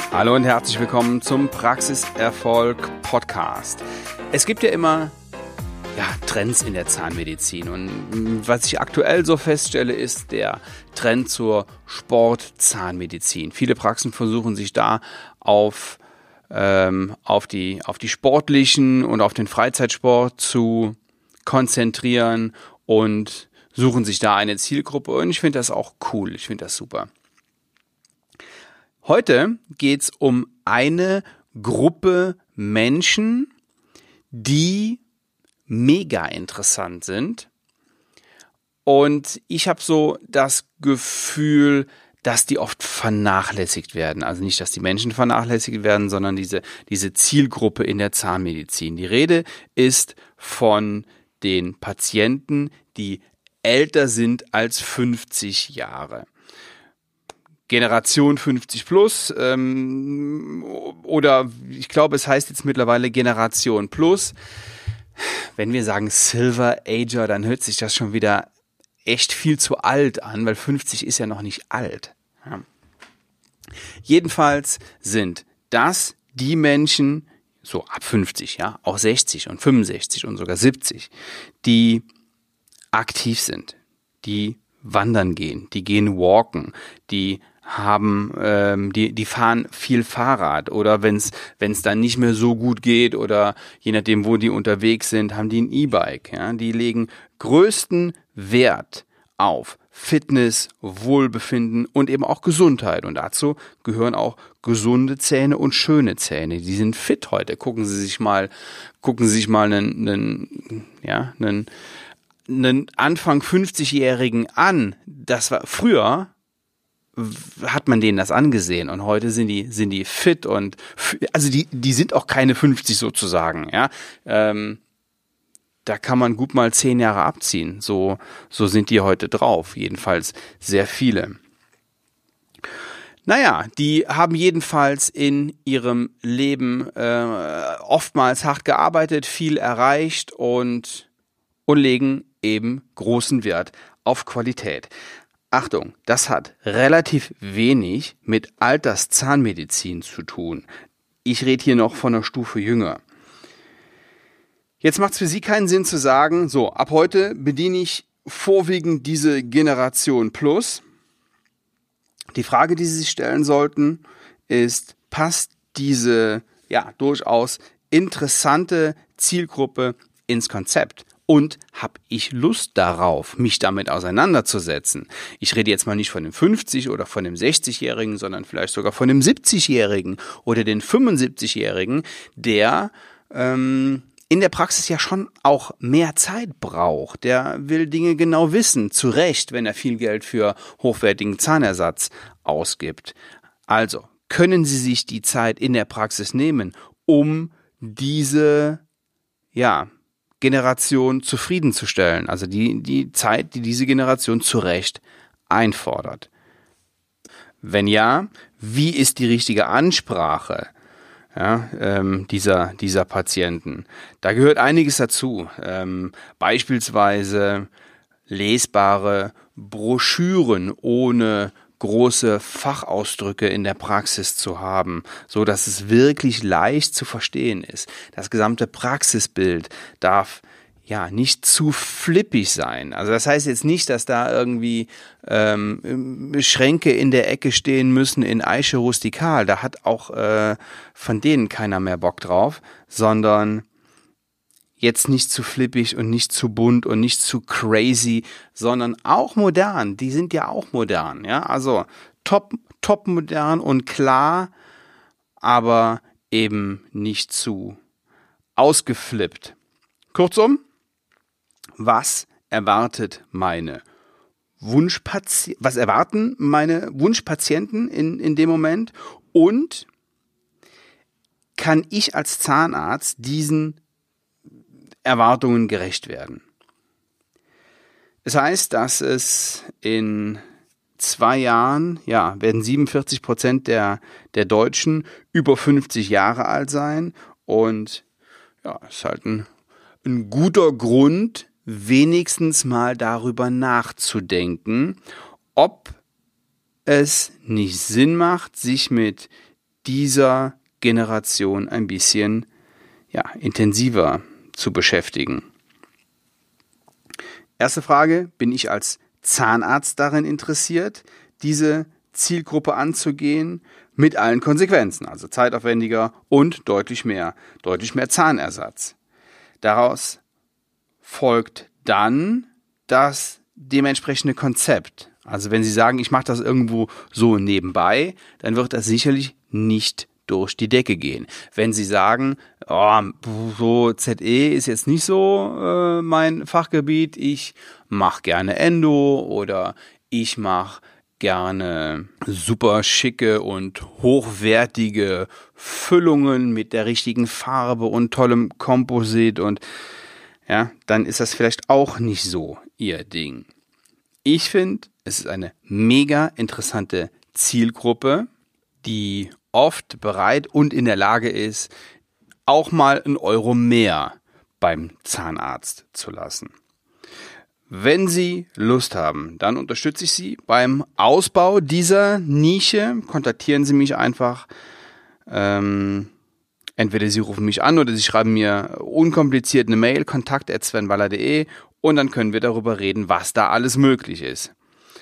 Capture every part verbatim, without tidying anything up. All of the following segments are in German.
Hallo und herzlich willkommen zum Praxiserfolg Podcast. Es gibt ja immer ja, Trends in der Zahnmedizin und was ich aktuell so feststelle, ist der Trend zur Sportzahnmedizin. Viele Praxen versuchen sich da auf, ähm, auf, die, auf die sportlichen und auf den Freizeitsport zu konzentrieren und suchen sich da eine Zielgruppe und ich finde das auch cool, ich finde das super. Heute geht es um eine Gruppe Menschen, die mega interessant sind. Und ich habe so das Gefühl, dass die oft vernachlässigt werden. Also nicht, dass die Menschen vernachlässigt werden, sondern diese, diese Zielgruppe in der Zahnmedizin. Die Rede ist von den Patienten, die älter sind als fünfzig Jahre. Generation fünfzig plus ähm, oder ich glaube, es heißt jetzt mittlerweile Generation Plus. Wenn wir sagen Silver Ager, dann hört sich das schon wieder echt viel zu alt an, weil fünfzig ist ja noch nicht alt. Ja. Jedenfalls sind das die Menschen, so ab fünfzig, ja, auch sechzig und fünfundsechzig und sogar siebzig, die aktiv sind, die wandern gehen, die gehen walken, die haben, ähm, die, die fahren viel Fahrrad oder wenn es wenn es dann nicht mehr so gut geht oder je nachdem, wo die unterwegs sind, haben die ein E-Bike. Ja? Die legen größten Wert auf Fitness, Wohlbefinden und eben auch Gesundheit. Und dazu gehören auch gesunde Zähne und schöne Zähne. Die sind fit heute. Gucken Sie sich mal, gucken Sie sich mal einen, einen, ja, einen, einen Anfang fünfzigjährigen an. Das war früher. Hat man denen das angesehen und heute sind die sind die fit und also die die sind auch keine fünfzig sozusagen, ja. Ähm, da kann man gut mal zehn Jahre abziehen. So so sind die heute drauf. Jedenfalls sehr viele. Naja, die haben jedenfalls in ihrem Leben äh, oftmals hart gearbeitet, viel erreicht und und legen eben großen Wert auf Qualität. Achtung, das hat relativ wenig mit Alterszahnmedizin zu tun. Ich rede hier noch von einer Stufe jünger. Jetzt macht es für Sie keinen Sinn zu sagen, so, ab heute bediene ich vorwiegend diese Generation Plus. Die Frage, die Sie sich stellen sollten, ist, passt diese ja durchaus interessante Zielgruppe ins Konzept? Und habe ich Lust darauf, mich damit auseinanderzusetzen? Ich rede jetzt mal nicht von dem fünfzig- oder von dem sechzigjährigen, sondern vielleicht sogar von dem siebzigjährigen oder den fünfundsiebzigjährigen, der ähm, in der Praxis ja schon auch mehr Zeit braucht. Der will Dinge genau wissen, zu Recht, wenn er viel Geld für hochwertigen Zahnersatz ausgibt. Also, können Sie sich die Zeit in der Praxis nehmen, um diese, ja, Generation zufriedenzustellen, also die, die Zeit, die diese Generation zu Recht einfordert. Wenn ja, wie ist die richtige Ansprache ja, ähm, dieser, dieser Patienten? Da gehört einiges dazu, ähm, beispielsweise lesbare Broschüren ohne große Fachausdrücke in der Praxis zu haben, so dass es wirklich leicht zu verstehen ist. Das gesamte Praxisbild darf ja nicht zu flippig sein. Also das heißt jetzt nicht, dass da irgendwie ähm, Schränke in der Ecke stehen müssen in Eiche rustikal. Da hat auch äh, von denen keiner mehr Bock drauf, sondern jetzt nicht zu flippig und nicht zu bunt und nicht zu crazy, sondern auch modern. Die sind ja auch modern, ja. Also top, top modern und klar, aber eben nicht zu ausgeflippt. Kurzum, was erwartet meine Wunschpatienten, was erwarten meine Wunschpatienten in, in dem Moment? Und kann ich als Zahnarzt diesen Erwartungen gerecht werden? Es heißt, dass es in zwei Jahren, ja, werden siebenundvierzig Prozent der, der Deutschen über fünfzig Jahre alt sein und ja, ist halt ein, ein guter Grund, wenigstens mal darüber nachzudenken, ob es nicht Sinn macht, sich mit dieser Generation ein bisschen ja, intensiver zu beschäftigen. Erste Frage, bin ich als Zahnarzt darin interessiert, diese Zielgruppe anzugehen mit allen Konsequenzen, also zeitaufwendiger und deutlich mehr, deutlich mehr Zahnersatz. Daraus folgt dann das dementsprechende Konzept. Also wenn Sie sagen, ich mache das irgendwo so nebenbei, dann wird das sicherlich nicht durch die Decke gehen. Wenn Sie sagen, oh, so Z E ist jetzt nicht so äh, mein Fachgebiet, ich mache gerne Endo oder ich mache gerne super schicke und hochwertige Füllungen mit der richtigen Farbe und tollem Komposit und ja, dann ist das vielleicht auch nicht so Ihr Ding. Ich finde, es ist eine mega interessante Zielgruppe, die oft bereit und in der Lage ist, auch mal einen Euro mehr beim Zahnarzt zu lassen. Wenn Sie Lust haben, dann unterstütze ich Sie beim Ausbau dieser Nische. Kontaktieren Sie mich einfach. Ähm, entweder Sie rufen mich an oder Sie schreiben mir unkompliziert eine Mail, kontakt at svenballer punkt de und dann können wir darüber reden, was da alles möglich ist.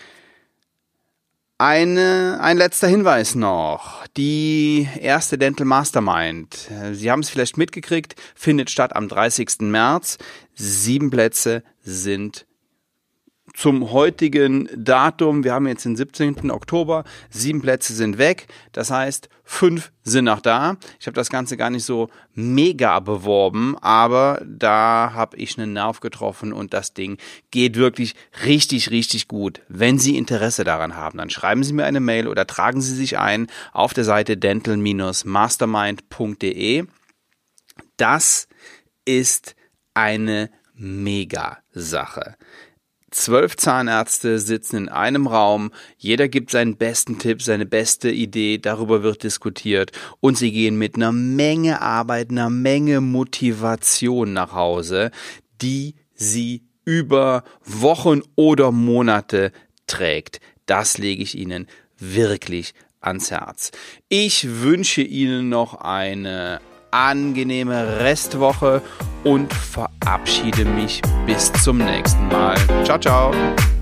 Eine, ein letzter Hinweis noch. Die erste Dental Mastermind, Sie haben es vielleicht mitgekriegt, findet statt am dreißigsten März. Sieben Plätze sind zum heutigen Datum, wir haben jetzt den siebzehnten Oktober, sieben Plätze sind weg, das heißt, fünf sind noch da. Ich habe das Ganze gar nicht so mega beworben, aber da habe ich einen Nerv getroffen und das Ding geht wirklich richtig, richtig gut. Wenn Sie Interesse daran haben, dann schreiben Sie mir eine Mail oder tragen Sie sich ein auf der Seite dental mastermind punkt de. Das ist eine Mega-Sache. Zwölf Zahnärzte sitzen in einem Raum, jeder gibt seinen besten Tipp, seine beste Idee, darüber wird diskutiert und sie gehen mit einer Menge Arbeit, einer Menge Motivation nach Hause, die sie über Wochen oder Monate trägt. Das lege ich Ihnen wirklich ans Herz. Ich wünsche Ihnen noch eine angenehme Restwoche und verabschiede mich bis zum nächsten Mal. Ciao, ciao.